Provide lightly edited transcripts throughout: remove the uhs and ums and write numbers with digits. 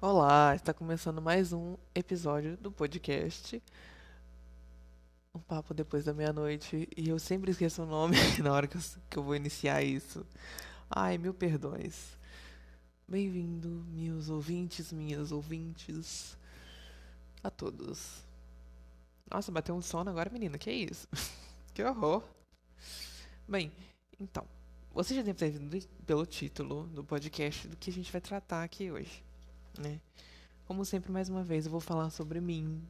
Olá, está começando mais um episódio do podcast Um Papo Depois da Meia-Noite e eu sempre esqueço o nome na hora que eu vou iniciar isso. Ai, mil perdões. Bem-vindo, meus ouvintes, minhas ouvintes, a todos. Nossa, bateu um sono agora, menina, que isso? Que horror. Bem, então, você já deve ter visto pelo título do podcast do que a gente vai tratar aqui hoje, né? Como sempre, mais uma vez, eu vou falar sobre mim.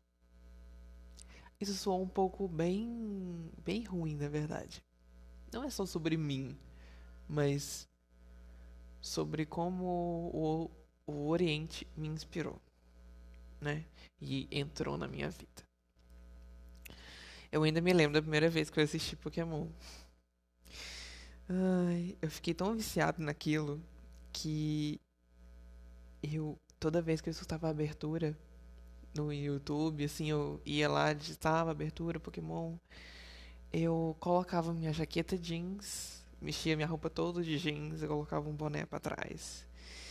Isso soou um pouco bem ruim, na verdade. Não é só sobre mim, mas sobre como o Oriente me inspirou, né? E entrou na minha vida. Eu ainda me lembro da primeira vez que eu assisti Pokémon. Ai, eu fiquei tão viciado naquilo que toda vez que eu escutava a abertura no YouTube, assim, eu ia lá, digitava abertura Pokémon. Eu colocava minha jaqueta jeans, mexia minha roupa toda de jeans, eu colocava um boné pra trás.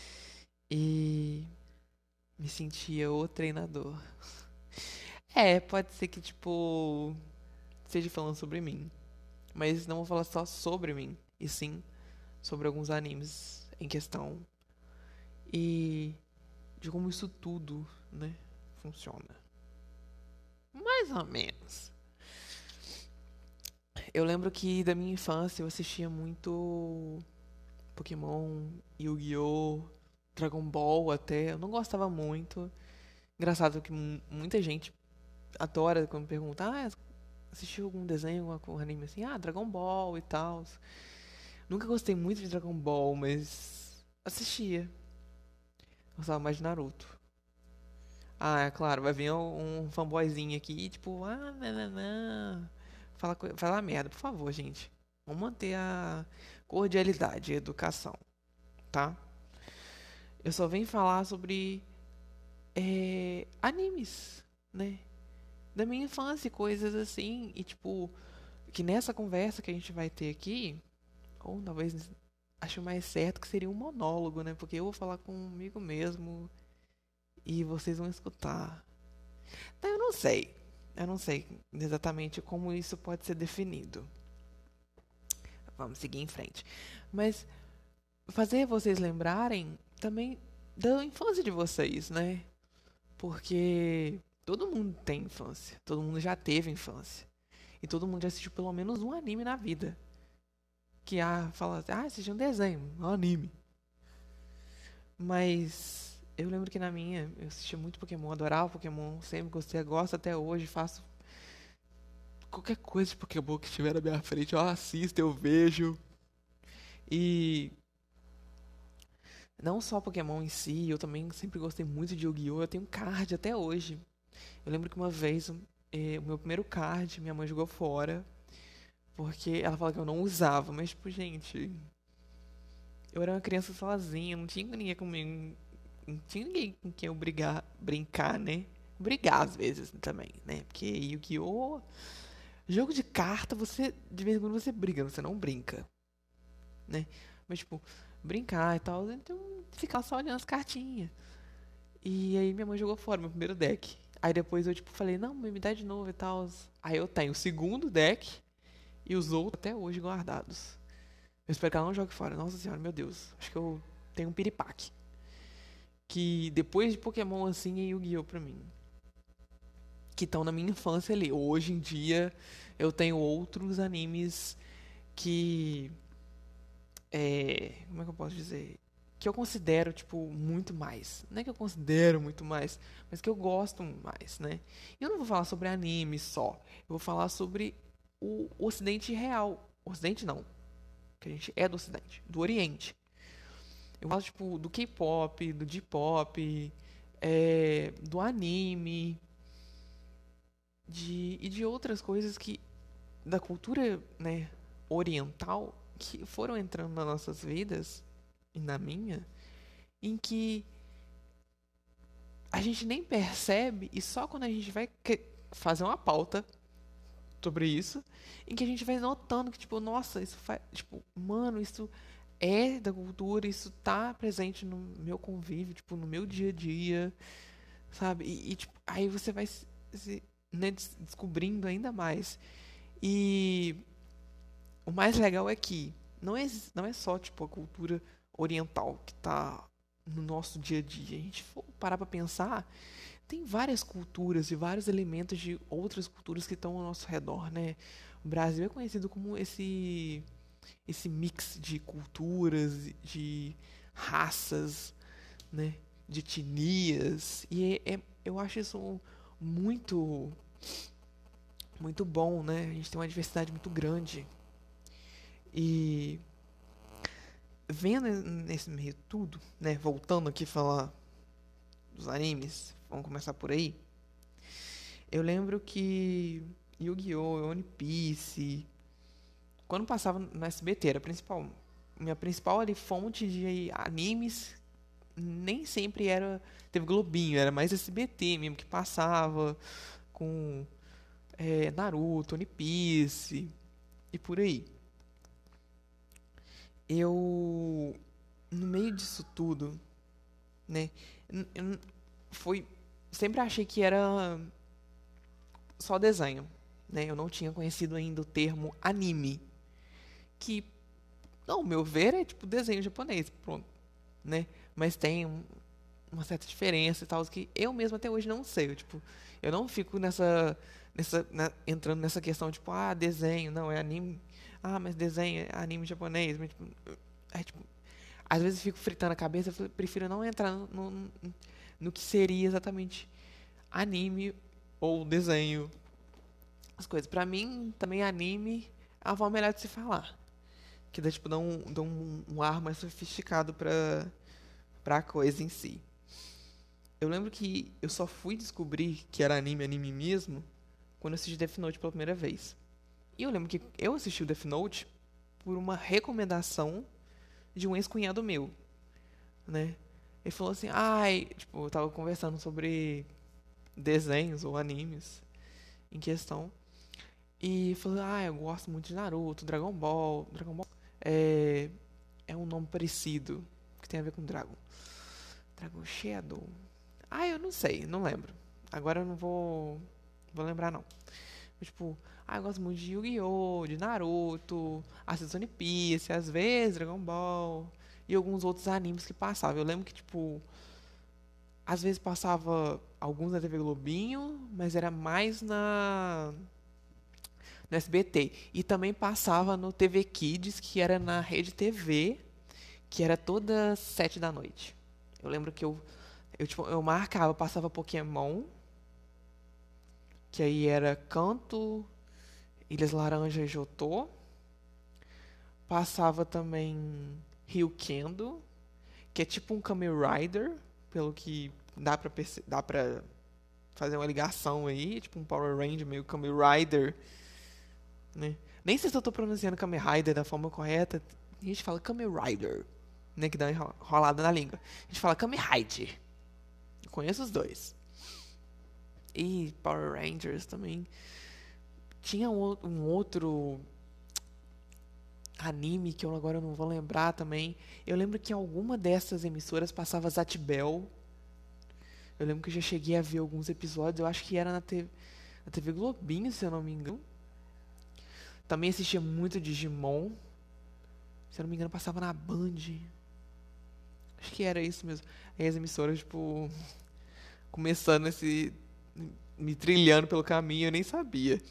E me sentia o treinador. É, pode ser que, tipo, esteja falando sobre mim. Mas não vou falar só sobre mim, e sim sobre alguns animes em questão. E de como isso tudo, né, funciona. Mais ou menos. Eu lembro que da minha infância eu assistia muito Pokémon, Yu-Gi-Oh!, Dragon Ball até. Eu não gostava muito. Engraçado que muita gente adora quando pergunta: assistiu algum desenho, algum anime assim? Ah, Dragon Ball e tal. Nunca gostei muito de Dragon Ball, mas assistia. Gostava mais de Naruto. Ah, é claro, vai vir um fanboyzinho aqui, tipo, nananã. Fala merda, por favor, gente. Vamos manter a cordialidade e a educação, tá? Eu só venho falar sobre animes, né? Da minha infância, e coisas assim. E tipo, que nessa conversa que a gente vai ter aqui, ou talvez acho mais certo que seria um monólogo, né? Porque eu vou falar comigo mesmo e vocês vão escutar. Então, eu não sei. Eu não sei exatamente como isso pode ser definido. Vamos seguir em frente. Mas fazer vocês lembrarem também da infância de vocês, né? Porque todo mundo tem infância. Todo mundo já teve infância. E todo mundo já assistiu pelo menos um anime na vida. Que fala assim, assisti um desenho, um anime. Mas eu lembro que na minha, eu assistia muito Pokémon, adorava Pokémon, sempre gostei, gosto até hoje, faço qualquer coisa de Pokémon que estiver na minha frente, eu assisto, eu vejo. E não só Pokémon em si, eu também sempre gostei muito de Yu-Gi-Oh! Eu tenho card até hoje. Eu lembro que uma vez, o meu primeiro card, minha mãe jogou fora, porque ela falou que eu não usava, mas tipo, gente, eu era uma criança sozinha, não tinha ninguém comigo, não tinha ninguém com quem eu brincar, né? Brigar às vezes também, né? Porque Yu-Gi-Oh! Jogo de carta, você, de vez em quando você briga, você não brinca, né? Mas tipo, brincar e tal, então ficar só olhando as cartinhas. E aí minha mãe jogou fora meu primeiro deck. Aí depois eu tipo falei, não, mãe, me dá de novo e tal. Aí eu tenho o segundo deck e os outros até hoje guardados. Eu espero que ela não jogue fora. Nossa senhora, meu Deus. Acho que eu tenho um piripaque. Que depois de Pokémon assim é Yu-Gi-Oh! Pra mim. Que estão na minha infância ali. Hoje em dia eu tenho outros animes que. Como é que eu posso dizer? Que eu considero, tipo, muito mais. Não é que eu considero muito mais, mas que eu gosto mais, né? E eu não vou falar sobre anime só. Eu vou falar sobre o Ocidente real. Ocidente não. Que a gente é do Ocidente. Do Oriente. Eu falo, tipo, do K-pop, do J-pop, do anime, e de outras coisas que da cultura, né, oriental que foram entrando nas nossas vidas e na minha, em que a gente nem percebe e só quando a gente vai fazer uma pauta sobre isso, em que a gente vai notando que tipo, nossa, isso faz, tipo, mano, isso é da cultura, isso tá presente no meu convívio, tipo, no meu dia a dia, sabe? Tipo, aí você vai né, descobrindo ainda mais. E o mais legal é que não é só, tipo, a cultura oriental que tá no nosso dia a dia. A gente for parar pra pensar, tem várias culturas e vários elementos de outras culturas que estão ao nosso redor, né? O Brasil é conhecido como esse mix de culturas, de raças, né? De etnias. E eu acho isso muito, muito bom, né? A gente tem uma diversidade muito grande. E vendo nesse meio tudo, né? Voltando aqui a falar dos animes, vamos começar por aí. Eu lembro que Yu-Gi-Oh!, One Piece, quando passava no SBT, era a minha principal ali, fonte de animes, nem sempre era. Teve Globinho, era mais SBT mesmo que passava, com Naruto, One Piece e por aí. Eu, no meio disso tudo, né, eu foi, sempre achei que era só desenho, né? Eu não tinha conhecido ainda o termo anime, que, ao meu ver, é tipo desenho japonês, pronto, né? Mas tem uma certa diferença e tal, que eu mesmo até hoje não sei. Tipo, eu não fico entrando nessa questão, tipo, desenho, não, é anime. Mas desenho é anime japonês. Mas, tipo, às vezes eu fico fritando a cabeça, eu prefiro não entrar no que seria exatamente anime ou desenho. As coisas. Pra mim, também anime é a forma melhor de se falar. Que dá, tipo, dá um ar mais sofisticado pra coisa em si. Eu lembro que eu só fui descobrir que era anime mesmo, quando eu assisti Death Note pela primeira vez. E eu lembro que eu assisti o Death Note por uma recomendação de um ex-cunhado meu, né? Ele falou assim, tipo, eu tava conversando sobre desenhos ou animes em questão. E falou, eu gosto muito de Naruto, Dragon Ball. Dragon Ball é um nome parecido, que tem a ver com Dragon. Dragon Shadow. Eu não sei, não lembro. Agora eu não vou lembrar não. Mas, tipo, eu gosto muito de Yu-Gi-Oh!, de Naruto, assisto One Piece, às vezes Dragon Ball e alguns outros animes que passavam. Eu lembro que, tipo, às vezes passava alguns na TV Globinho, mas era mais no SBT. E também passava no TV Kids, que era na Rede TV, que era toda 7 da noite. Eu lembro que eu marcava, passava Pokémon, que aí era Canto, Ilhas Laranja e Jotô. Passava também Rio Kendo, que é tipo um Kamen Rider, pelo que dá pra fazer uma ligação aí, tipo um Power Ranger meio Kamen Rider, né? Nem sei se eu tô pronunciando Kamen Rider da forma correta. A gente fala Kamen Rider, né? Que dá uma enrolada na língua. A gente fala Kamen Rider. Eu conheço os dois. E Power Rangers também. Tinha um outro anime que eu agora não vou lembrar também. Eu lembro que em alguma dessas emissoras passava Zatbel. Eu lembro que eu já cheguei a ver alguns episódios. Eu acho que era na TV Globinho, se eu não me engano. Também assistia muito Digimon. Se eu não me engano, passava na Band. Acho que era isso mesmo. Aí as emissoras, tipo, começando me trilhando pelo caminho, eu nem sabia.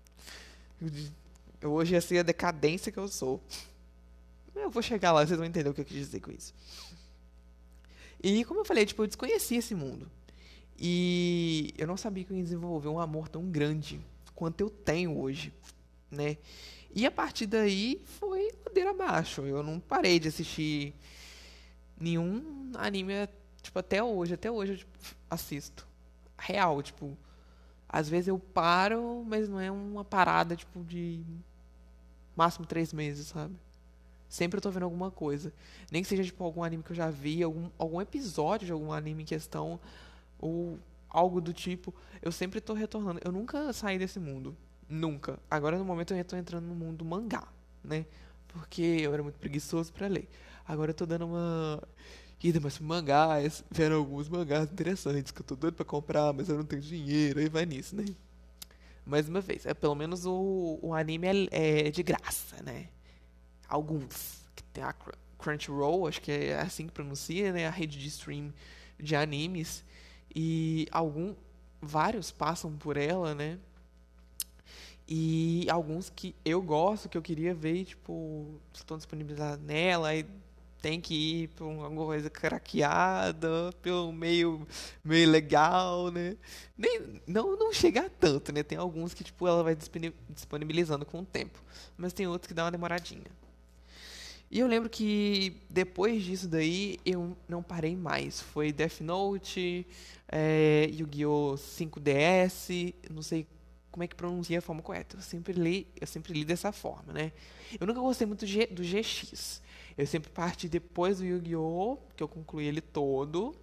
Eu hoje ia ser a decadência que eu sou. Eu vou chegar lá, vocês vão entender o que eu quis dizer com isso. E como eu falei, tipo, eu desconhecia esse mundo. E eu não sabia que eu ia desenvolver um amor tão grande quanto eu tenho hoje, né? E a partir daí foi ladeira abaixo. Eu não parei de assistir nenhum anime, tipo, até hoje. Até hoje eu tipo, assisto. Real, tipo, às vezes eu paro, mas não é uma parada, tipo, de máximo 3 meses, sabe? Sempre eu tô vendo alguma coisa. Nem que seja, tipo, algum anime que eu já vi, algum episódio de algum anime em questão, ou algo do tipo, eu sempre tô retornando. Eu nunca saí desse mundo. Nunca. Agora, no momento, eu tô entrando no mundo mangá, né? porque eu era muito preguiçoso pra ler. Agora eu tô dando uma ida mais pro mangás, vendo alguns mangás interessantes que eu tô doido pra comprar, mas eu não tenho dinheiro, aí vai nisso, né? Mais uma vez, pelo menos o anime é de graça, né? Alguns. Que tem a Crunchyroll, acho que é assim que pronuncia, né? A rede de stream de animes. E vários passam por ela, né? E alguns que eu gosto, que eu queria ver, tipo, estão disponibilizados nela, aí tem que ir por alguma coisa craqueada, pelo meio legal, né? Não chegar tanto, né? Tem alguns que, tipo, ela vai disponibilizando com o tempo. Mas tem outros que dá uma demoradinha. E eu lembro que depois disso daí eu não parei mais. Foi Death Note, Yu-Gi-Oh! 5DS, não sei como é que pronuncia a forma correta. Eu sempre li dessa forma, né? Eu nunca gostei muito do GX. Eu sempre parti depois do Yu-Gi-Oh! Que eu concluí ele todo.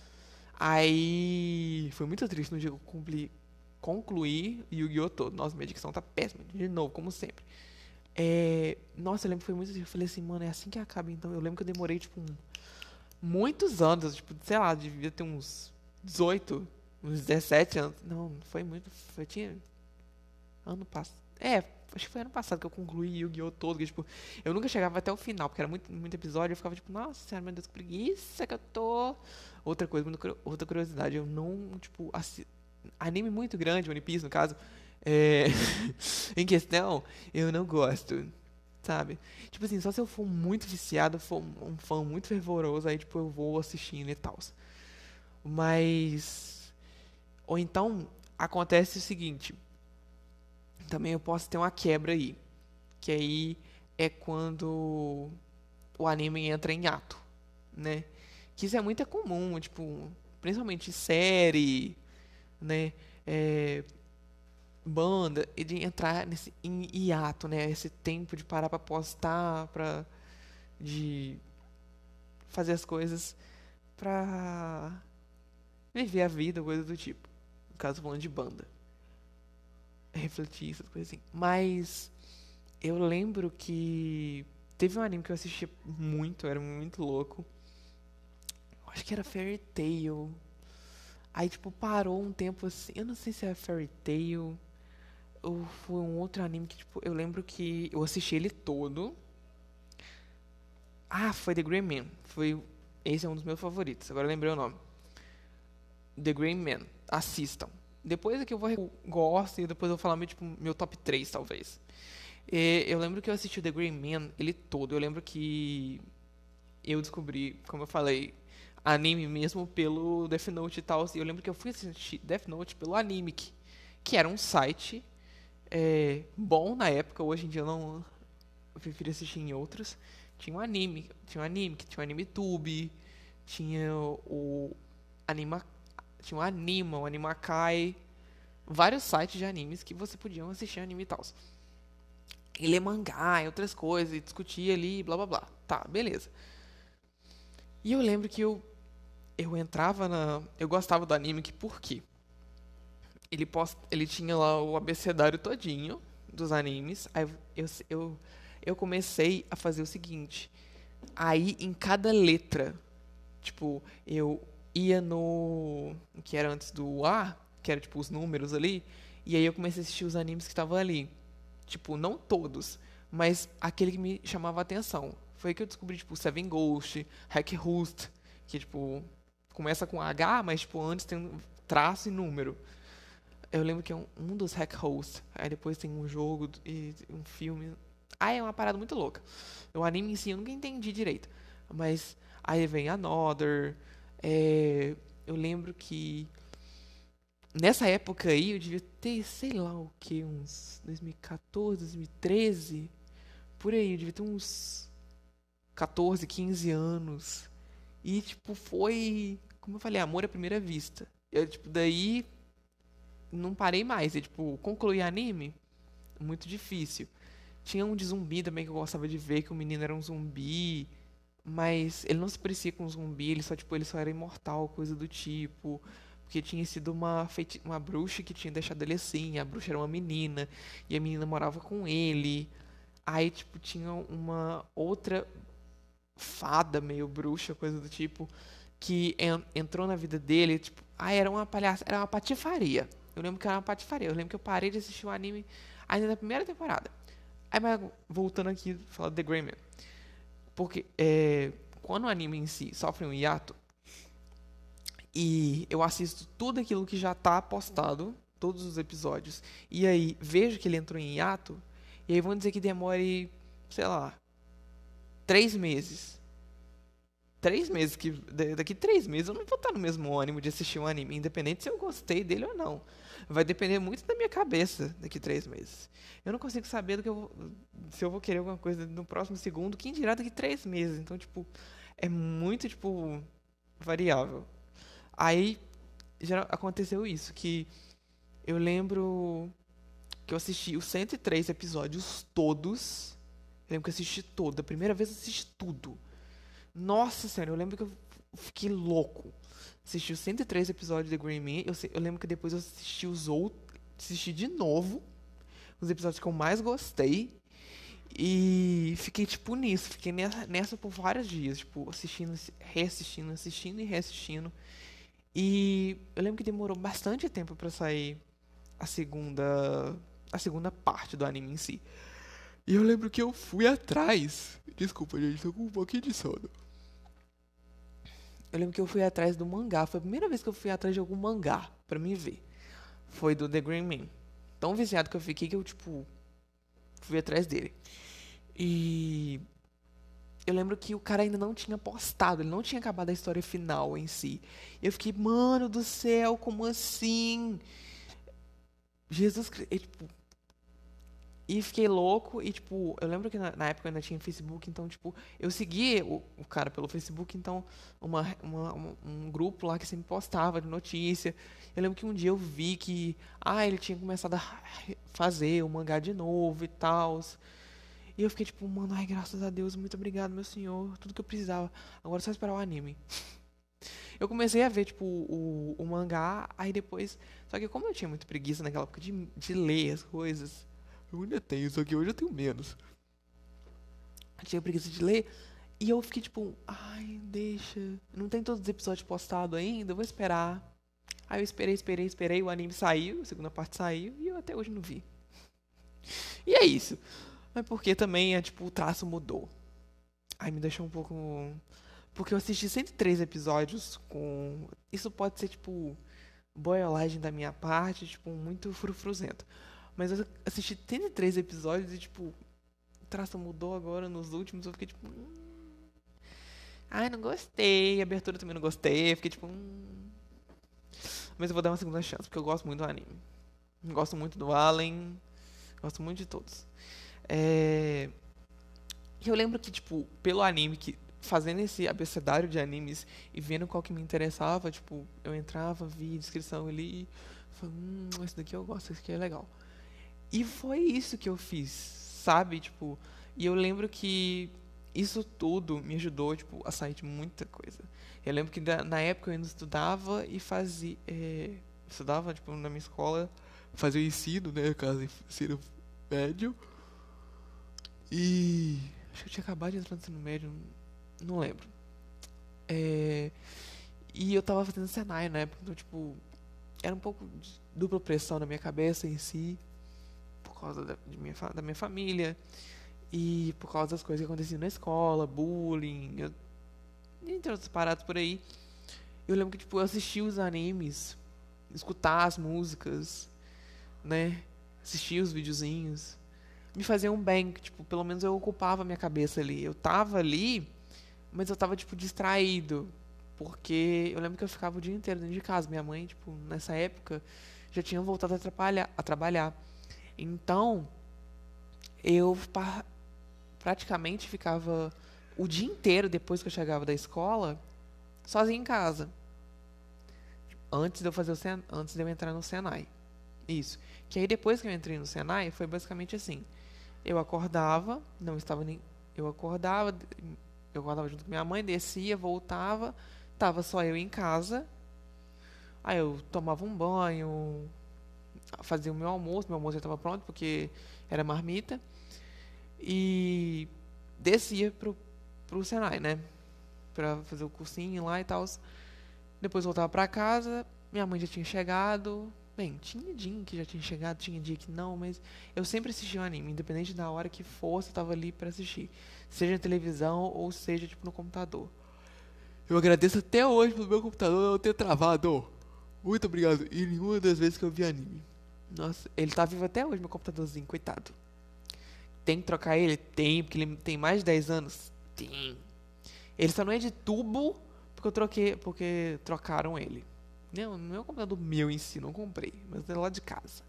Aí foi muito triste no dia que eu concluí Yu-Gi-Oh! Todo. Nossa, minha dicção tá péssima, de novo, como sempre. Nossa, eu lembro que foi muito triste. Eu falei assim, mano, é assim que acaba então. Eu lembro que eu demorei, tipo, muitos anos, tipo, sei lá, devia ter uns 18, uns 17 anos. Não foi muito. Tinha ano passado. Acho que foi ano passado que eu concluí Yu-Gi-Oh! Todo. Que, tipo, eu nunca chegava até o final, porque era muito episódio. Eu ficava tipo, nossa senhora, meu Deus, que preguiça que eu tô. Outra coisa, outra curiosidade, eu não, tipo, anime muito grande, One Piece no caso, é, em questão, eu não gosto, sabe? Tipo assim, só se eu for muito viciado, for um fã muito fervoroso, aí, tipo, eu vou assistindo e tal. Mas. Ou então, acontece o seguinte. Também eu posso ter uma quebra aí. Que aí é quando o anime entra em ato, né? Que isso é muito comum, tipo, principalmente série, né? É, banda, e de entrar nesse em hiato, né? Esse tempo de parar pra postar, de fazer as coisas pra viver a vida, coisa do tipo. No caso, falando de banda. Refletir, essas coisas assim. Mas eu lembro que teve um anime que eu assistia muito, era muito louco. Acho que era Fairy Tail. Aí, tipo, parou um tempo assim. Eu não sei se era Fairy Tail ou foi um outro anime que, tipo, eu lembro que eu assisti ele todo. Ah, foi The Gray Man. Esse é um dos meus favoritos. Agora eu lembrei o nome. The Gray Man. Assistam. Depois é que eu gosto e depois eu vou falar meu top 3 talvez. Eu lembro que eu assisti o The Gray Man, ele todo. Eu lembro que eu descobri, como eu falei, anime mesmo pelo Death Note e tal. E eu lembro que eu fui assistir Death Note pelo Animic, que era um site bom na época. Hoje em dia eu prefiro assistir em outros. Tinha um AnimeTube, tinha o Anima, tinha o Anima, o Animakai, vários sites de animes que você podia assistir anime e tal. E ler mangá e outras coisas, e discutir ali, blá blá blá. Tá, beleza. E eu lembro que eu entrava na. Eu gostava do anime, que por quê? Ele tinha lá o abecedário todinho dos animes. Aí eu comecei a fazer o seguinte. Aí em cada letra, tipo, eu ia no. Que era antes do A, que era tipo os números ali. E aí eu comecei a assistir os animes que estavam ali. Tipo, não todos, mas aquele que me chamava a atenção. Foi aí que eu descobri, tipo, Seven Ghost, Hack Roost, que, tipo, começa com H, mas, tipo, antes tem um traço e número. Eu lembro que é um dos Hack Hosts. Aí depois tem um jogo e um filme. Aí é uma parada muito louca. O anime em si eu nunca entendi direito. Mas aí vem Another. Eu lembro que nessa época aí eu devia ter, sei lá o que, uns 2014, 2013. Por aí, eu devia ter uns 14, 15 anos. E, tipo, foi, como eu falei, amor à primeira vista. Eu, tipo, daí não parei mais. E, tipo, concluir anime, muito difícil. Tinha um de zumbi também que eu gostava de ver, que o menino era um zumbi, mas ele não se parecia com um zumbi, ele só era imortal, coisa do tipo. Porque tinha sido uma bruxa que tinha deixado ele assim, a bruxa era uma menina, e a menina morava com ele. Aí, tipo, tinha uma outra fada, meio bruxa, coisa do tipo, que entrou na vida dele, tipo, era uma palhaça, era uma patifaria. Eu lembro que era uma patifaria. Eu lembro que eu parei de assistir o anime ainda na primeira temporada. Aí, mas voltando aqui, falar do The Gray Man. Porque quando o anime em si sofre um hiato, e eu assisto tudo aquilo que já tá postado, todos os episódios, e aí vejo que ele entrou em hiato, e aí vão dizer que demore, sei lá, 3 meses. 3 meses, que daqui 3 meses eu não vou estar no mesmo ânimo de assistir um anime, independente se eu gostei dele ou não. Vai depender muito da minha cabeça daqui 3 meses. Eu não consigo saber se eu vou querer alguma coisa no próximo segundo, quem dirá daqui 3 meses. Então, tipo, é muito, tipo, variável. Aí já aconteceu isso, que eu lembro que eu assisti os 103 episódios todos. Eu lembro que eu assisti todo. A primeira vez eu assisti tudo. Nossa senhora, eu lembro que eu fiquei louco. Assisti os 103 episódios de Green Man. Eu lembro que depois eu assisti os outros. Assisti de novo os episódios que eu mais gostei. E fiquei, tipo, nisso. Fiquei nessa por vários dias. Tipo, assistindo, reassistindo, assistindo e reassistindo. E eu lembro que demorou bastante tempo pra sair a segunda. A segunda parte do anime em si. E eu lembro que eu fui atrás. Desculpa, gente, tô com um pouquinho de sono. Eu lembro que eu fui atrás do mangá. Foi a primeira vez que eu fui atrás de algum mangá pra me ver. Foi do The Green Man. Tão viciado que eu fiquei que eu, tipo, fui atrás dele. E eu lembro que o cara ainda não tinha postado, ele não tinha acabado a história final em si. E eu fiquei, mano do céu, como assim? Jesus Cristo. E fiquei louco, e tipo, eu lembro que na época eu ainda tinha Facebook, então, tipo, eu segui o cara pelo Facebook, então, um grupo lá que sempre postava de notícia. Eu lembro que um dia eu vi que, ele tinha começado a fazer o mangá de novo e tal. E eu fiquei tipo, mano, ai, graças a Deus, muito obrigado, meu senhor, tudo que eu precisava. Agora é só esperar o anime. Eu comecei a ver, tipo, o mangá, aí depois. Só que como eu tinha muita preguiça naquela época de ler as coisas, eu ainda tenho, só que hoje eu tenho menos. Eu tinha preguiça de ler, e eu fiquei tipo, ai, deixa. Não tem todos os episódios postados ainda, eu vou esperar. Aí eu esperei, o anime saiu, a segunda parte saiu, e eu até hoje não vi. E é isso. Mas porque também, tipo, o traço mudou. Aí me deixou um pouco. Porque eu assisti 103 episódios com. Isso pode ser, tipo, boiolagem da minha parte, tipo, muito frufruzento. Mas eu assisti 103 episódios e, tipo, o traço mudou agora nos últimos. Eu fiquei, tipo. Ai, não gostei. A abertura também não gostei. Eu fiquei, tipo. Mas eu vou dar uma segunda chance, porque eu gosto muito do anime. Gosto muito do Allen. Gosto muito de todos. É. E eu lembro que, tipo, pelo anime, que fazendo esse abecedário de animes e vendo qual que me interessava, tipo, eu entrava, via descrição ali, falei, esse daqui eu gosto, esse aqui é legal. E foi isso que eu fiz, sabe? Tipo, e eu lembro que isso tudo me ajudou, tipo, a sair de muita coisa. Eu lembro que na época eu ainda estudava e fazia. Estudava, tipo, na minha escola, fazia o ensino, né? Caso ensino médio. E acho que eu tinha acabado de entrar no ensino médio, não lembro. É, e eu tava fazendo Senai na época, então, tipo, era um pouco de dupla pressão na minha cabeça em si, por causa da minha família, e por causa das coisas que aconteciam na escola, bullying, entre outras paradas por aí. Eu lembro que, tipo, eu assistia os animes, escutar as músicas, né, assistir os videozinhos, me fazia um bem, que, tipo, pelo menos eu ocupava a minha cabeça ali. Eu tava ali, mas eu tava, tipo, distraído. Porque eu lembro que eu ficava o dia inteiro dentro de casa. Minha mãe, tipo, nessa época, já tinha voltado a trabalhar. Então, eu praticamente ficava o dia inteiro, depois que eu chegava da escola, sozinho em casa. Antes de eu fazer antes de eu entrar no Senai. Isso. Que aí depois que eu entrei no Senai, foi basicamente assim. Eu acordava, não estava nem. Eu acordava junto com minha mãe, descia, voltava, tava só eu em casa. Aí eu tomava um banho, fazia o meu almoço já estava pronto porque era marmita. e descia pro Senai, né? Pra fazer o cursinho lá e tal. Depois voltava pra casa, minha mãe já tinha chegado. Bem, tinha dia que já tinha chegado, tinha dia que não, mas eu sempre assistia um anime, independente da hora que fosse, eu tava ali pra assistir. Seja na televisão ou seja, tipo, no computador. Eu agradeço até hoje pelo meu computador não ter travado. Muito obrigado. E nenhuma das vezes que eu vi anime. Nossa, ele tá vivo até hoje, meu computadorzinho, coitado. Tem que trocar ele? Tem, porque ele tem mais de 10 anos? Tem. Ele só não é de tubo porque eu troquei, porque trocaram ele. Não é um computador meu em si, não comprei, mas é lá de casa.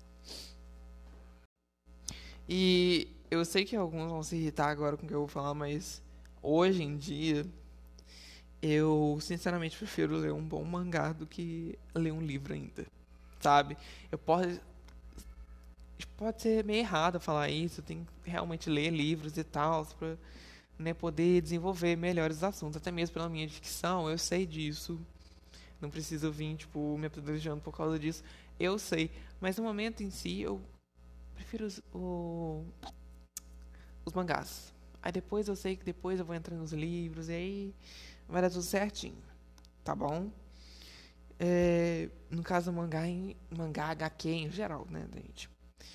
E eu sei que alguns vão se irritar agora com o que eu vou falar, mas hoje em dia eu sinceramente prefiro ler um bom mangá do que ler um livro ainda, sabe? Eu posso pode ser meio errado falar isso, eu tenho que realmente ler livros e tal pra, né, poder desenvolver melhores assuntos, até mesmo pela minha dicção, eu sei disso. Não preciso vir, tipo, me apedrejando por causa disso. Eu sei. Mas no momento em si, eu prefiro os mangás. Aí depois eu sei que depois eu vou entrar nos livros e aí vai dar tudo certinho. Tá bom? No caso, mangá HQ em geral, né, gente?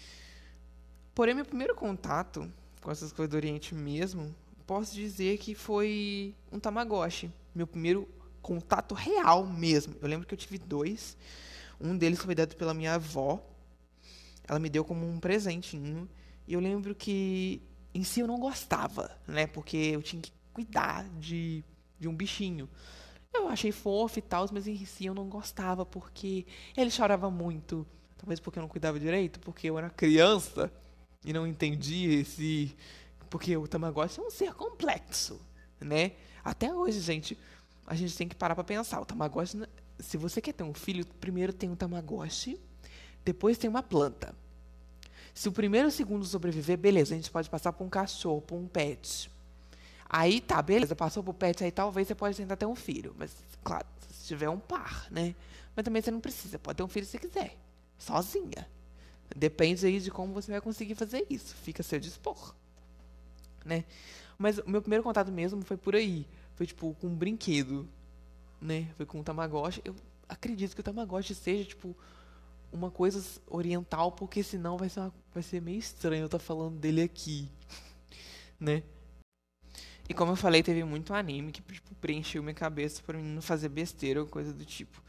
Porém, meu primeiro contato com essas coisas do Oriente mesmo, posso dizer que foi um Tamagotchi. Meu primeiro contato real mesmo. Eu lembro que eu tive dois. Um deles foi dado pela minha avó. Ela me deu como um presentinho. E eu lembro que em si eu não gostava, né? Porque eu tinha que cuidar de um bichinho. Eu achei fofo e tal, mas em si eu não gostava porque ele chorava muito. Talvez porque eu não cuidava direito, porque eu era criança e não entendia esse. Porque o Tamagotchi é um ser complexo, né? Até hoje, gente, a gente tem que parar pra pensar. O Tamagotchi, se você quer ter um filho, primeiro tem um Tamagotchi, depois tem uma planta. Se o primeiro e o segundo sobreviver, beleza, a gente pode passar pra um cachorro, pra um pet. Aí tá, beleza, passou pro pet, aí talvez você pode tentar ter um filho. Mas, claro, se tiver um par, né? Mas também você não precisa, pode ter um filho se quiser. Sozinha. Depende aí de como você vai conseguir fazer isso. Fica a seu dispor, né? Mas o meu primeiro contato mesmo foi por aí. Foi, tipo, com um brinquedo, né? Foi com o Tamagotchi. Eu acredito que o Tamagotchi seja, tipo, uma coisa oriental, porque senão vai ser meio estranho eu estar falando dele aqui, né? E como eu falei, teve muito anime que, tipo, preencheu minha cabeça pra mim não fazer besteira ou coisa do tipo.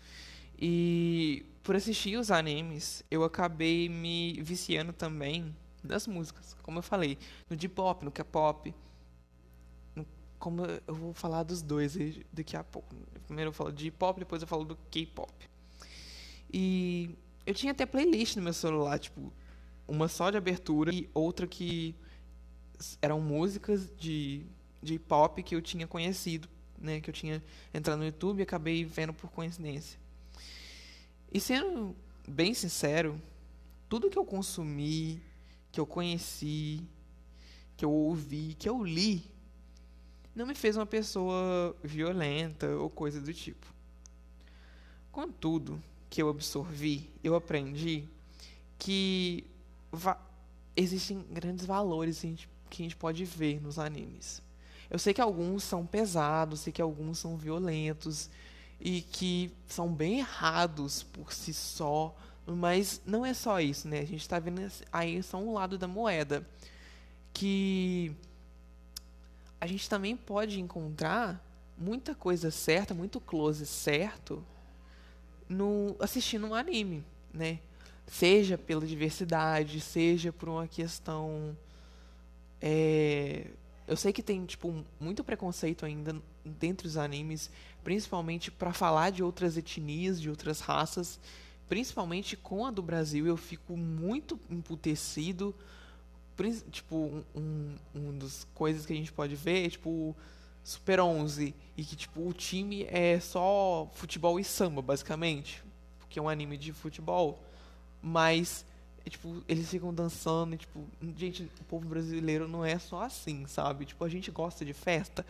E por assistir os animes, eu acabei me viciando também nas músicas. Como eu falei, no J-pop, no K-pop. Como eu vou falar dos dois daqui a pouco. Primeiro eu falo de J-pop, depois eu falo do K-pop. E eu tinha até playlist no meu celular, tipo, uma só de abertura e outra que eram músicas de pop que eu tinha conhecido, né? Que eu tinha entrado no YouTube e acabei vendo por coincidência. E sendo bem sincero, tudo que eu consumi, que eu conheci, que eu ouvi, que eu li, não me fez uma pessoa violenta ou coisa do tipo. Contudo, que eu absorvi, eu aprendi que existem grandes valores que a gente pode ver nos animes. Eu sei que alguns são pesados, sei que alguns são violentos e que são bem errados por si só, mas não é só isso, né? A gente tá vendo aí só um lado da moeda, que a gente também pode encontrar muita coisa certa, muito close certo no assistindo um anime, né? Seja pela diversidade, seja por uma questão eu sei que tem, tipo, muito preconceito ainda dentro dos animes, principalmente para falar de outras etnias, de outras raças, principalmente com a do Brasil, eu fico muito emputecido. Tipo, um das coisas que a gente pode ver é, tipo, Super 11, e que, tipo, o time é só futebol e samba, basicamente, porque é um anime de futebol, mas tipo, eles ficam dançando e, tipo, gente, o povo brasileiro não é só assim, sabe? Tipo, a gente gosta de festa,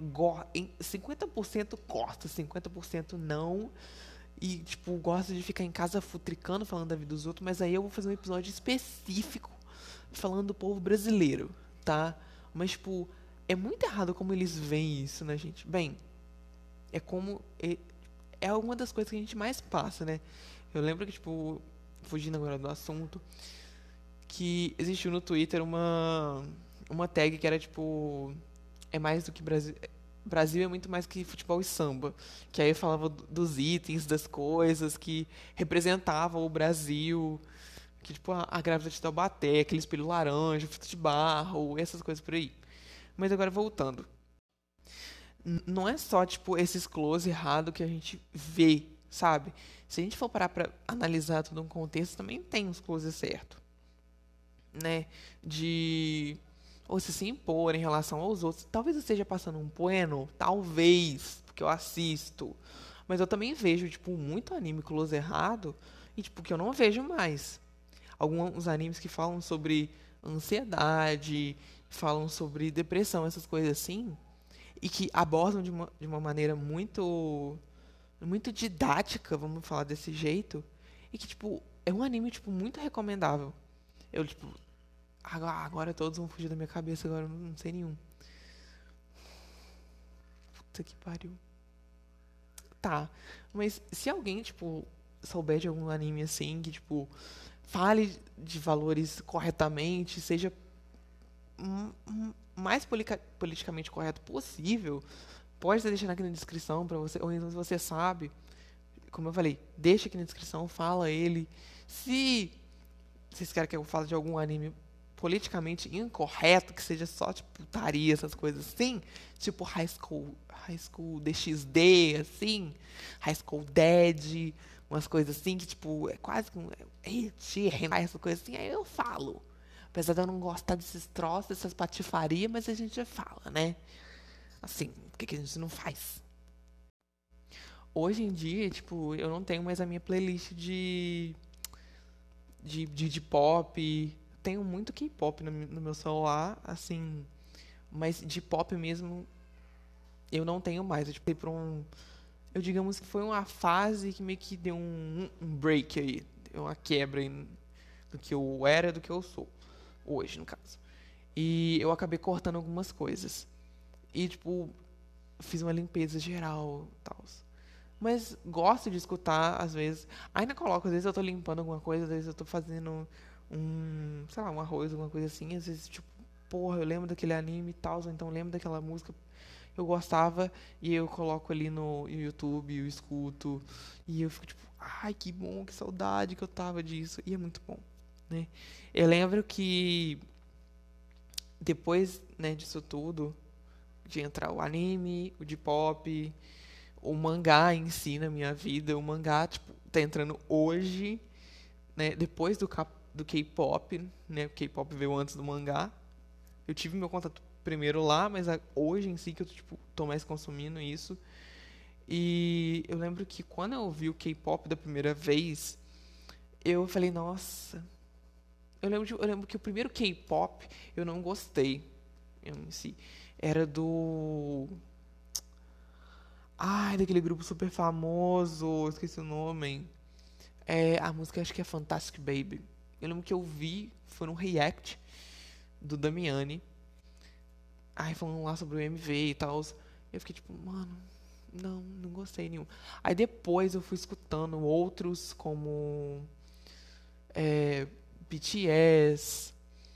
50% gosta, 50% não. E, tipo, gosta de ficar em casa futricando, falando da vida dos outros, mas aí eu vou fazer um episódio específico falando do povo brasileiro, tá? Mas, tipo, é muito errado como eles veem isso, né, gente? Bem, é como. É uma das coisas que a gente mais passa, né? Eu lembro que, tipo, fugindo agora do assunto, que existiu no Twitter uma tag que era tipo. É mais do que Brasil. Brasil é muito mais que futebol e samba. Que aí falava dos itens, das coisas que representavam o Brasil. Que tipo a grávida de Taubaté, aquele espelho laranja, fruto de barro, essas coisas por aí. Mas agora voltando. Não é só, tipo, esses close errado que a gente vê, sabe? Se a gente for parar pra analisar todo um contexto, também tem uns close certo, né? De ou se impor em relação aos outros. Talvez eu esteja passando um pano, talvez, porque eu assisto. Mas eu também vejo, tipo, muito anime close errado e, tipo, que eu não vejo mais. Alguns animes que falam sobre ansiedade, falam sobre depressão, essas coisas assim, e que abordam de uma maneira muito didática, vamos falar desse jeito, e que, tipo, é um anime, tipo, muito recomendável. Eu, tipo, agora todos vão fugir da minha cabeça, agora eu não sei nenhum. Puta que pariu. Tá, mas se alguém, tipo, souber de algum anime assim, que, tipo, fale de valores corretamente, seja mais politicamente correto possível, pode estar deixando aqui na descrição para você, ou então se você sabe, como eu falei, deixa aqui na descrição, fala ele. Se vocês querem que eu fale de algum anime politicamente incorreto, que seja só tipo putaria, essas coisas assim, tipo High School DxD, assim, High School Dead, umas coisas assim que tipo é quase com hentai, essas coisas assim, aí eu falo. Apesar de eu não gostar desses troços, dessas patifarias, mas a gente fala, né? Assim, por que a gente não faz? Hoje em dia, tipo, eu não tenho mais a minha playlist de pop. Tenho muito K-pop no meu celular, assim, mas de pop mesmo eu não tenho mais. Eu tipo, fui pra um. Eu digamos que foi uma fase que meio que deu um break aí. Deu uma quebra aí do que eu era e do que eu sou. Hoje, no caso. E eu acabei cortando algumas coisas. E, tipo, fiz uma limpeza geral e tal. Mas gosto de escutar, às vezes. Ainda coloco, às vezes eu tô limpando alguma coisa, às vezes eu tô fazendo sei lá, um arroz, alguma coisa assim. Às vezes, tipo, porra, eu lembro daquele anime e tal, ou então lembro daquela música que eu gostava e eu coloco ali no YouTube, eu escuto. E eu fico tipo, ai, que bom, que saudade que eu tava disso. E é muito bom, né? Eu lembro que depois, né, disso tudo, de entrar o anime, o de pop, o mangá em si na minha vida. O mangá, tipo, tá entrando hoje, né? Depois do K-pop, né? O K-pop veio antes do mangá. Eu tive meu contato primeiro lá, mas hoje em si que eu, tipo, tô mais consumindo isso. E eu lembro que quando eu vi o K-pop da primeira vez, eu falei, nossa. Eu lembro que o primeiro K-pop eu não gostei. Eu em si. Era do. Ai, daquele grupo super famoso, esqueci o nome. A música acho que é Fantastic Baby. Eu lembro que eu vi, foi num react do Damiani. Aí falando lá sobre o MV e tal. Eu fiquei tipo, mano, não gostei nenhum. Aí depois eu fui escutando outros como é, BTS,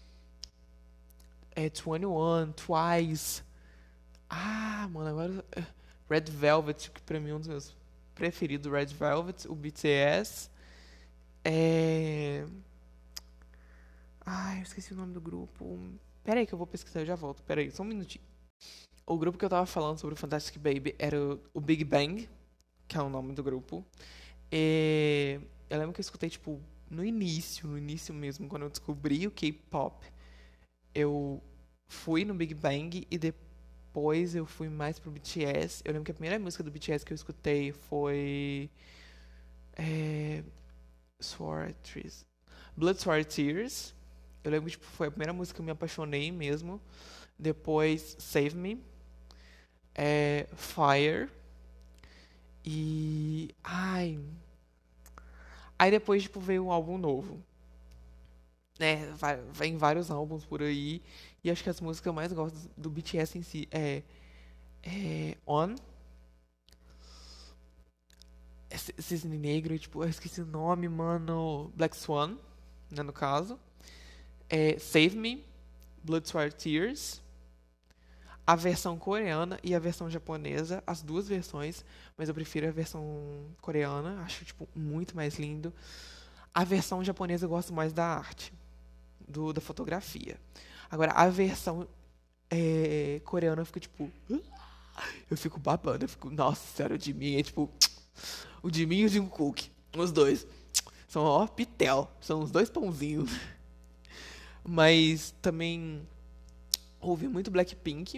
21, Twice. Ah, mano, agora Red Velvet, que pra mim é um dos meus preferidos, Red Velvet, o BTS. É... Ai, eu esqueci o nome do grupo. Pera aí que eu vou pesquisar, eu já volto. Pera aí, só um minutinho. O grupo que eu tava falando sobre o Fantastic Baby era o Big Bang, que é o nome do grupo. Eu lembro que eu escutei, tipo, no início mesmo, quando eu descobri o K-pop, eu fui no Big Bang e depois eu fui mais pro BTS. Eu lembro que a primeira música do BTS que eu escutei foi. É, Sword Trees. Blood, Sword Tears. Eu lembro que tipo, foi a primeira música que eu me apaixonei mesmo. Depois, Save Me. Fire. E. Ai. Aí depois, tipo, veio um álbum novo. né, vem vários álbuns por aí. E acho que as músicas que eu mais gosto do BTS em si é On, Cisne Negro, e, tipo, eu esqueci o nome, mano. Black Swan, né, no caso. Save Me, Blood, Sweat, Tears. A versão coreana e a versão japonesa, as duas versões, mas eu prefiro a versão coreana, acho, tipo, muito mais lindo. A versão japonesa eu gosto mais da arte, da fotografia. Agora, a versão coreana eu fico, tipo, eu fico babando, eu fico, nossa senhora, o Jimin é, tipo, o Jimin e o Jungkook, os dois. São, ó, pitel, são os dois pãozinhos. Mas também ouvi muito Blackpink,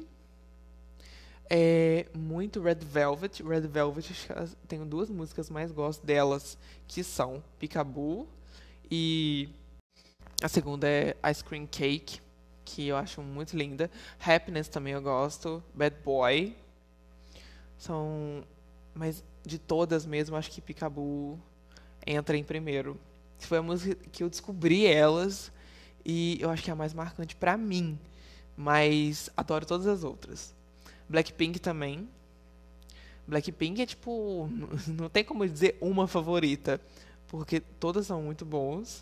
muito Red Velvet. Red Velvet, acho que tenho duas músicas mais gosto delas, que são Peekaboo e a segunda é Ice Cream Cake, que eu acho muito linda. Happiness também eu gosto. Bad Boy. São. Mas de todas mesmo, acho que Peekaboo entra em primeiro. Foi a música que eu descobri elas e eu acho que é a mais marcante pra mim. Mas adoro todas as outras. Blackpink também. Blackpink é tipo. Não tem como dizer uma favorita. Porque todas são muito boas.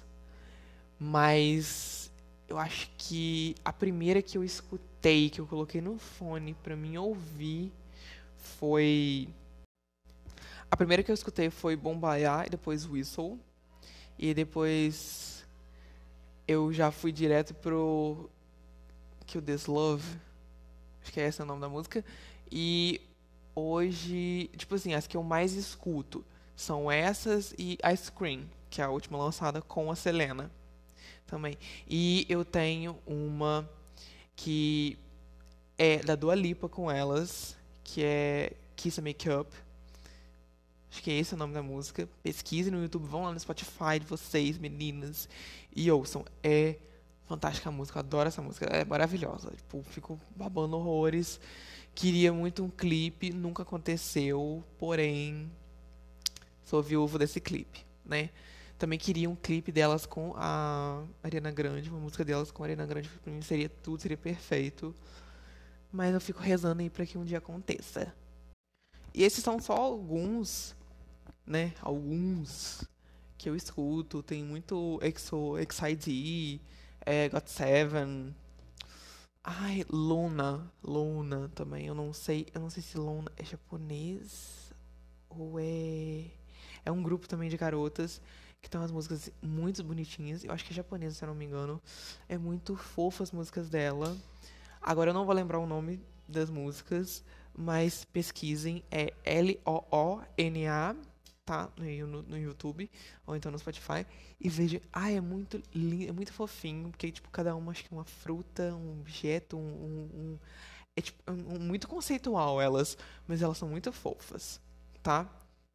Mas eu acho que a primeira que eu escutei, que eu coloquei no fone pra mim ouvir, foi. A primeira que eu escutei foi Bombaya e depois Whistle. E depois eu já fui direto pro Kill This Love. Acho que é esse o nome da música. E hoje, tipo assim, as que eu mais escuto são essas e Ice Cream, que é a última lançada com a Selena também. E eu tenho uma que é da Dua Lipa com elas, que é Kiss and Make Up. Acho que é esse o nome da música. Pesquisem no YouTube, vão lá no Spotify de vocês, meninas, e ouçam. É fantástica a música, eu adoro essa música, é maravilhosa. Tipo, fico babando horrores. Queria muito um clipe, nunca aconteceu, porém, sou viúvo desse clipe, né? Também queria um clipe delas com a Ariana Grande, uma música delas com a Ariana Grande, pra mim seria tudo, seria perfeito. Mas eu fico rezando aí pra que um dia aconteça. E esses são só alguns, né? Alguns que eu escuto. Tem muito EXO, XID, GOT7. Ai, Luna também. Eu não sei se Luna é japonês ou é um grupo também de garotas que tem umas músicas muito bonitinhas. Eu acho que é japonesa, se eu não me engano. É muito fofa as músicas dela. Agora eu não vou lembrar o nome das músicas, mas pesquisem. É Loona, tá? No YouTube, ou então no Spotify. E vejam. Ah, é muito lindo, é muito fofinho, porque, tipo, cada uma acho que é uma fruta, um objeto, é, tipo, muito conceitual elas, mas elas são muito fofas, tá?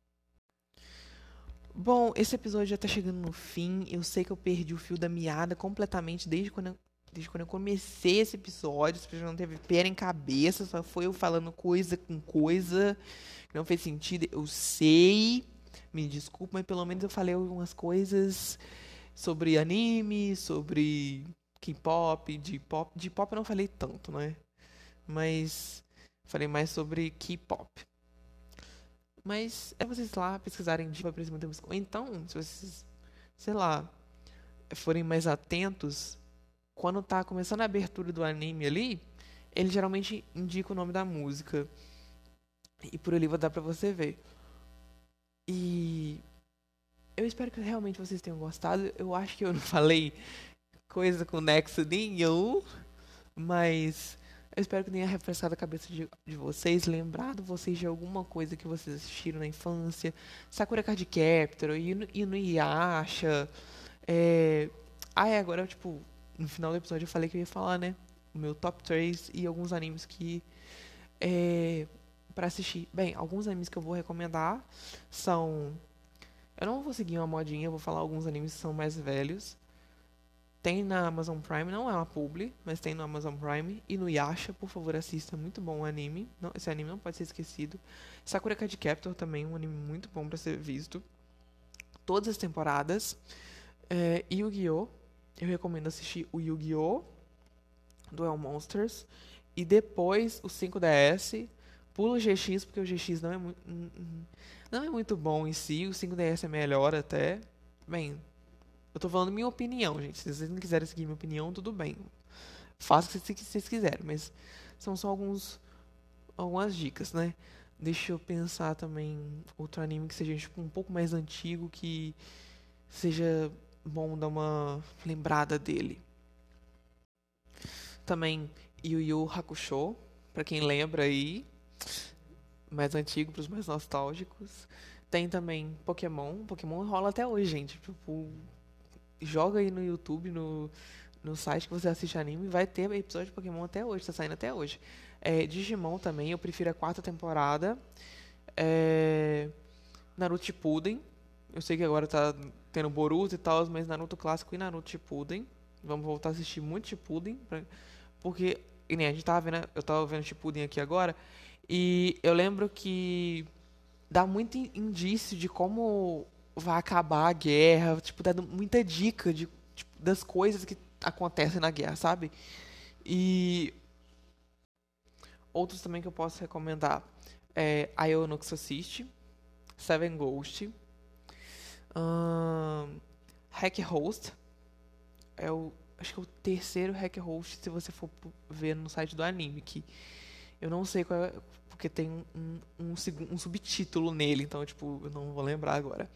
Bom, esse episódio já tá chegando no fim. Eu sei que eu perdi o fio da meada completamente desde quando eu comecei esse episódio. Esse episódio não teve pé em cabeça, só foi eu falando coisa com coisa que não fez sentido. Eu sei, me desculpa, mas pelo menos eu falei algumas coisas sobre anime, sobre K-pop, J-pop. De pop eu não falei tanto, né? Mas falei mais sobre K-pop. Mas é vocês lá pesquisarem diva pra esse mundo da música. Ou então, se vocês, sei lá, forem mais atentos, quando tá começando a abertura do anime ali, ele geralmente indica o nome da música. E por ali vai dar pra você ver. E eu espero que realmente vocês tenham gostado. Eu acho que eu não falei coisa com nexo nenhum, mas eu espero que tenha refrescado a cabeça de vocês, lembrado vocês de alguma coisa que vocês assistiram na infância. Sakura Card Captor, Inuyasha. Agora, tipo, no final do episódio eu falei que eu ia falar, né? O meu top 3 e alguns animes que pra assistir. Bem, alguns animes que eu vou recomendar são. Eu não vou seguir uma modinha, eu vou falar alguns animes que são mais velhos. Tem na Amazon Prime, não é uma publi, mas tem no Amazon Prime. E no Yasha, por favor, assista, muito bom o anime. Não, esse anime não pode ser esquecido. Sakura Card Captor também, um anime muito bom pra ser visto. Todas as temporadas. Yu-Gi-Oh! eu recomendo assistir o Yu-Gi-Oh! Duel Monsters. E depois o 5DS. Pula o GX, porque o GX não é muito bom em si. O 5DS é melhor até. Bem, eu tô falando minha opinião, gente. Se vocês não quiserem seguir minha opinião, tudo bem. Faça o que vocês quiserem, mas são só algumas dicas, né? Deixa eu pensar também outro anime que seja tipo, um pouco mais antigo, que seja bom dar uma lembrada dele. Também Yu Yu Hakusho, pra quem lembra aí, mais antigo, pros mais nostálgicos. Tem também Pokémon. Pokémon rola até hoje, gente. Tipo, joga aí no YouTube, no site que você assiste anime, vai ter episódio de Pokémon até hoje, tá saindo até hoje. Digimon também, eu prefiro a quarta temporada. Naruto Shippuden. Eu sei que agora tá tendo Boruto e tal, mas Naruto clássico e Naruto Shippuden. Vamos voltar a assistir muito Shippuden, porque e nem a gente tava vendo, eu tava vendo Shippuden aqui agora, e eu lembro que dá muito indício de como vai acabar a guerra, tipo, dando muita dica de, tipo, das coisas que acontecem na guerra, sabe? E outros também que eu posso recomendar Ionox Assist, Seven Ghost, Hack Host, acho que é o terceiro Hack Host se você for ver no site do anime, que eu não sei qual é, porque tem um subtítulo nele, então, tipo, eu não vou lembrar agora.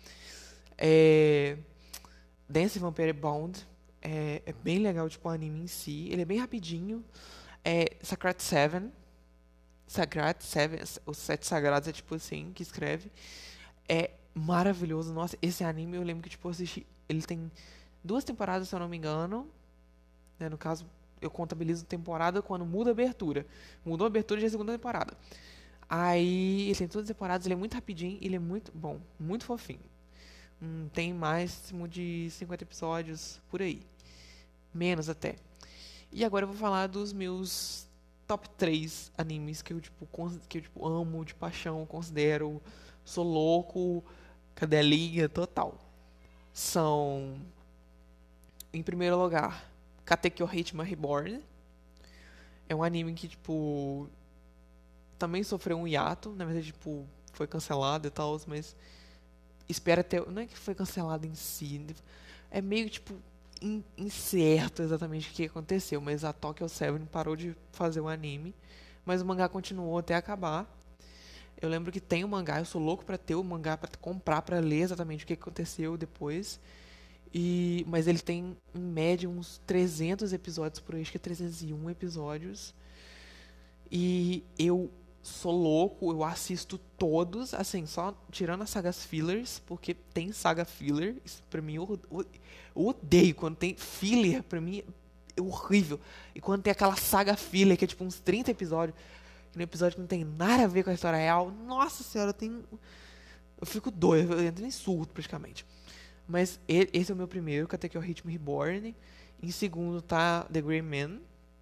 Dance Vampire Bound é bem legal, tipo, o anime em si. Ele é bem rapidinho. Sacred Seven. Sacred Seven, os Sete Sagrados é tipo assim que escreve. É maravilhoso. Nossa, esse anime eu lembro que, tipo, eu assisti. Ele tem 2 temporadas, se eu não me engano. Né? No caso, eu contabilizo temporada quando muda a abertura. Mudou a abertura já é a segunda temporada. Aí, ele tem todas as temporadas, ele é muito rapidinho, ele é muito bom, muito fofinho. Tem máximo de 50 episódios por aí. Menos até. E agora eu vou falar dos meus top 3 animes que eu, tipo, amo de paixão, considero, sou louco, cadelinha total. São, em primeiro lugar, Katekyo Hitman Reborn. É um anime que, tipo, também sofreu um hiato, na verdade, tipo, foi cancelado e tal, mas espera até. Não é que foi cancelado em si, é meio tipo incerto exatamente o que aconteceu, mas a Tokyo Seven parou de fazer o anime, mas o mangá continuou até acabar. Eu lembro que tem o mangá, eu sou louco pra ter o mangá pra comprar pra ler exatamente o que aconteceu depois. Mas ele tem em média uns 300 episódios por aí, acho que é 301 episódios. E eu sou louco, eu assisto todos, assim, só tirando as sagas fillers, porque tem saga filler, isso pra mim eu odeio quando tem filler, pra mim é horrível. E quando tem aquela saga filler, que é tipo uns 30 episódios, que no episódio que não tem nada a ver com a história real, nossa senhora, eu fico doido, eu entro em surto praticamente. Mas esse é o meu primeiro, Katekyo Hitman Reborn. Em segundo tá The Gray Man.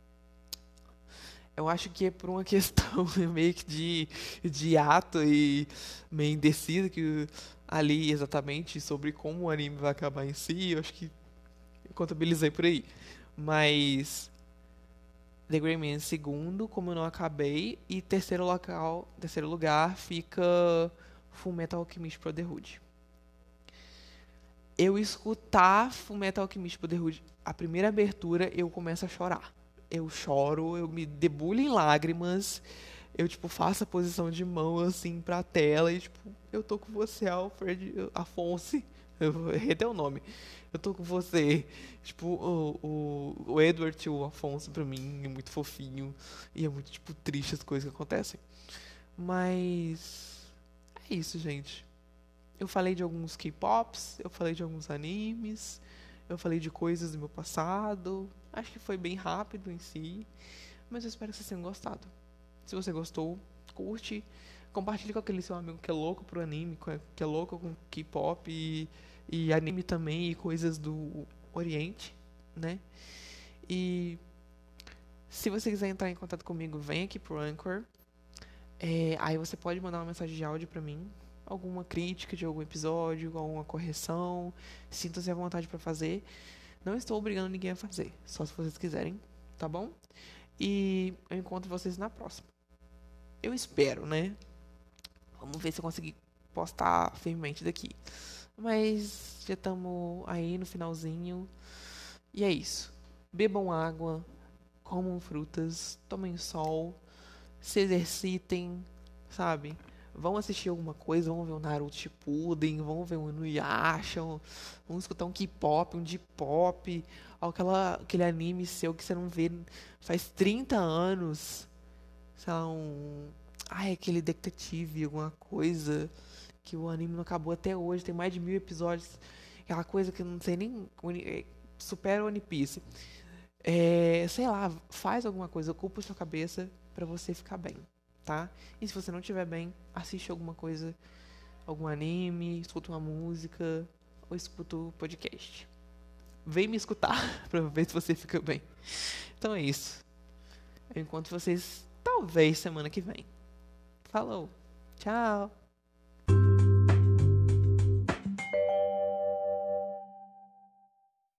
Eu acho que é por uma questão meio que de ato e meio indecisa que ali exatamente sobre como o anime vai acabar em si, eu acho que eu contabilizei por aí. Mas The Gray Man em segundo, como eu não acabei, e terceiro lugar fica Fullmetal Alchemist Brotherhood. Eu escutar Fullmetal Alchemist Brotherhood, a primeira abertura, eu começo a chorar. Eu choro, eu me debulho em lágrimas, eu, tipo, faço a posição de mão, assim, pra tela e, tipo, eu tô com você, Alfred, Afonso, eu errei até o nome. Eu tô com você. Tipo, o Edward e o Afonso, pra mim, é muito fofinho e é muito, tipo, triste as coisas que acontecem. Mas é isso, gente. Eu falei de alguns K-pops, eu falei de alguns animes, eu falei de coisas do meu passado. Acho que foi bem rápido em si, mas eu espero que vocês tenham gostado. Se você gostou, curte, compartilhe com aquele seu amigo que é louco pro anime, que é louco com K-pop e anime também e coisas do Oriente, né? E se você quiser entrar em contato comigo, vem aqui pro Anchor. Aí você pode mandar uma mensagem de áudio pra mim, alguma crítica de algum episódio, alguma correção, sinta-se à vontade pra fazer. Não estou obrigando ninguém a fazer, só se vocês quiserem, tá bom? E eu encontro vocês na próxima. Eu espero, né? Vamos ver se eu conseguir postar firmemente daqui. Mas já estamos aí no finalzinho. E é isso. Bebam água, comam frutas, tomem sol, se exercitem, sabe? Vão assistir alguma coisa, vão ver o Naruto Shippuden, vão ver o Inuyasha, vão escutar um K-pop, um J-pop, aquele anime seu que você não vê faz 30 anos. Sei lá, Ai, aquele detetive, alguma coisa que o anime não acabou até hoje, tem mais de 1000 episódios. Aquela coisa que eu não sei nem. Supera o One Piece. Sei lá, faz alguma coisa, ocupa a sua cabeça pra você ficar bem, tá? E se você não estiver bem, assiste alguma coisa, algum anime, escuta uma música ou escuta o podcast. Vem me escutar pra ver se você fica bem. Então é isso. Eu encontro vocês talvez semana que vem. Falou. Tchau.